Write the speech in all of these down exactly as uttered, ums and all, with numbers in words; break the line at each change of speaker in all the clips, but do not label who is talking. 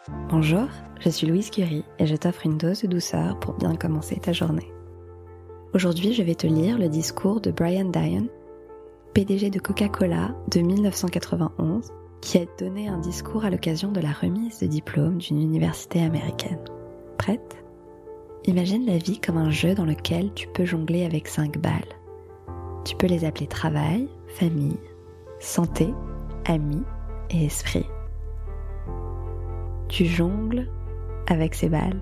Bonjour, je suis Louise Curie et je t'offre une dose de douceur pour bien commencer ta journée. Aujourd'hui, je vais te lire le discours de Brian Dion, P D G de Coca-Cola de dix-neuf cent quatre-vingt-onze, qui a donné un discours à l'occasion de la remise de diplôme d'une université américaine. Prête ? Imagine la vie comme un jeu dans lequel tu peux jongler avec cinq balles. Tu peux les appeler travail, famille, santé, amis et esprit. Tu jongles avec ces balles.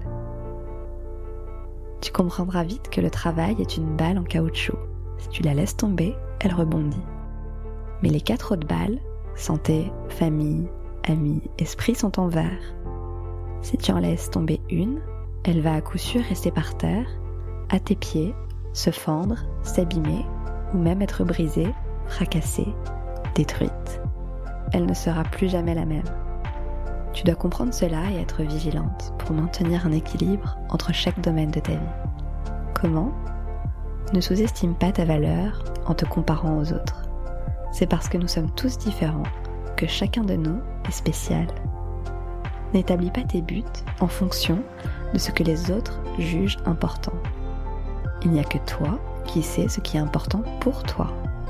Tu comprendras vite que le travail est une balle en caoutchouc. Si tu la laisses tomber, elle rebondit. Mais les quatre autres balles, santé, famille, amis, esprit, sont en verre. Si tu en laisses tomber une, elle va à coup sûr rester par terre, à tes pieds, se fendre, s'abîmer, ou même être brisée, fracassée, détruite. Elle ne sera plus jamais la même. Tu dois comprendre cela et être vigilante pour maintenir un équilibre entre chaque domaine de ta vie. Comment ? Ne sous-estime pas ta valeur en te comparant aux autres. C'est parce que nous sommes tous différents que chacun de nous est spécial. N'établis pas tes buts en fonction de ce que les autres jugent important. Il n'y a que toi qui sais ce qui est important pour toi.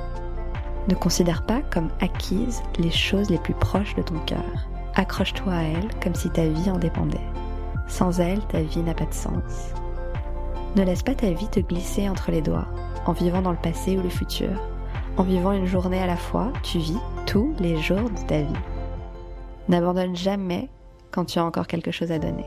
Ne considère pas comme acquises les choses les plus proches de ton cœur. Accroche-toi à elle comme si ta vie en dépendait. Sans elle, ta vie n'a pas de sens. Ne laisse pas ta vie te glisser entre les doigts, en vivant dans le passé ou le futur. En vivant une journée à la fois, tu vis tous les jours de ta vie. N'abandonne jamais quand tu as encore quelque chose à donner.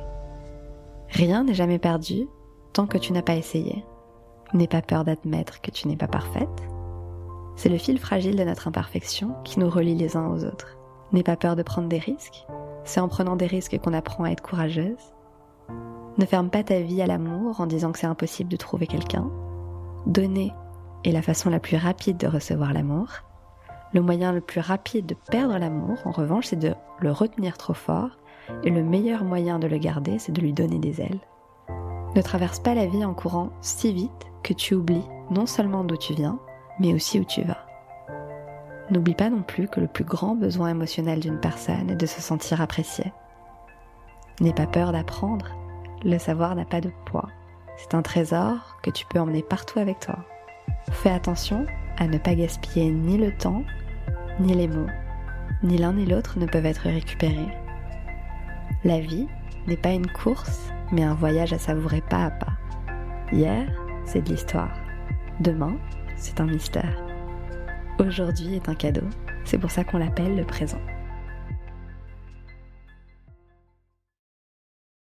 Rien n'est jamais perdu tant que tu n'as pas essayé. N'aie pas peur d'admettre que tu n'es pas parfaite. C'est le fil fragile de notre imperfection qui nous relie les uns aux autres. N'aie pas peur de prendre des risques. C'est en prenant des risques qu'on apprend à être courageuse. Ne ferme pas ta vie à l'amour en disant que c'est impossible de trouver quelqu'un. Donner est la façon la plus rapide de recevoir l'amour. Le moyen le plus rapide de perdre l'amour, en revanche, c'est de le retenir trop fort. Et le meilleur moyen de le garder, c'est de lui donner des ailes. Ne traverse pas la vie en courant si vite que tu oublies non seulement d'où tu viens, mais aussi où tu vas. N'oublie pas non plus que le plus grand besoin émotionnel d'une personne est de se sentir appréciée. N'aie pas peur d'apprendre, le savoir n'a pas de poids. C'est un trésor que tu peux emmener partout avec toi. Fais attention à ne pas gaspiller ni le temps, ni les mots. Ni l'un ni l'autre ne peuvent être récupérés. La vie n'est pas une course, mais un voyage à savourer pas à pas. Hier, c'est de l'histoire. Demain, c'est un mystère. Aujourd'hui est un cadeau, c'est pour ça qu'on l'appelle le présent.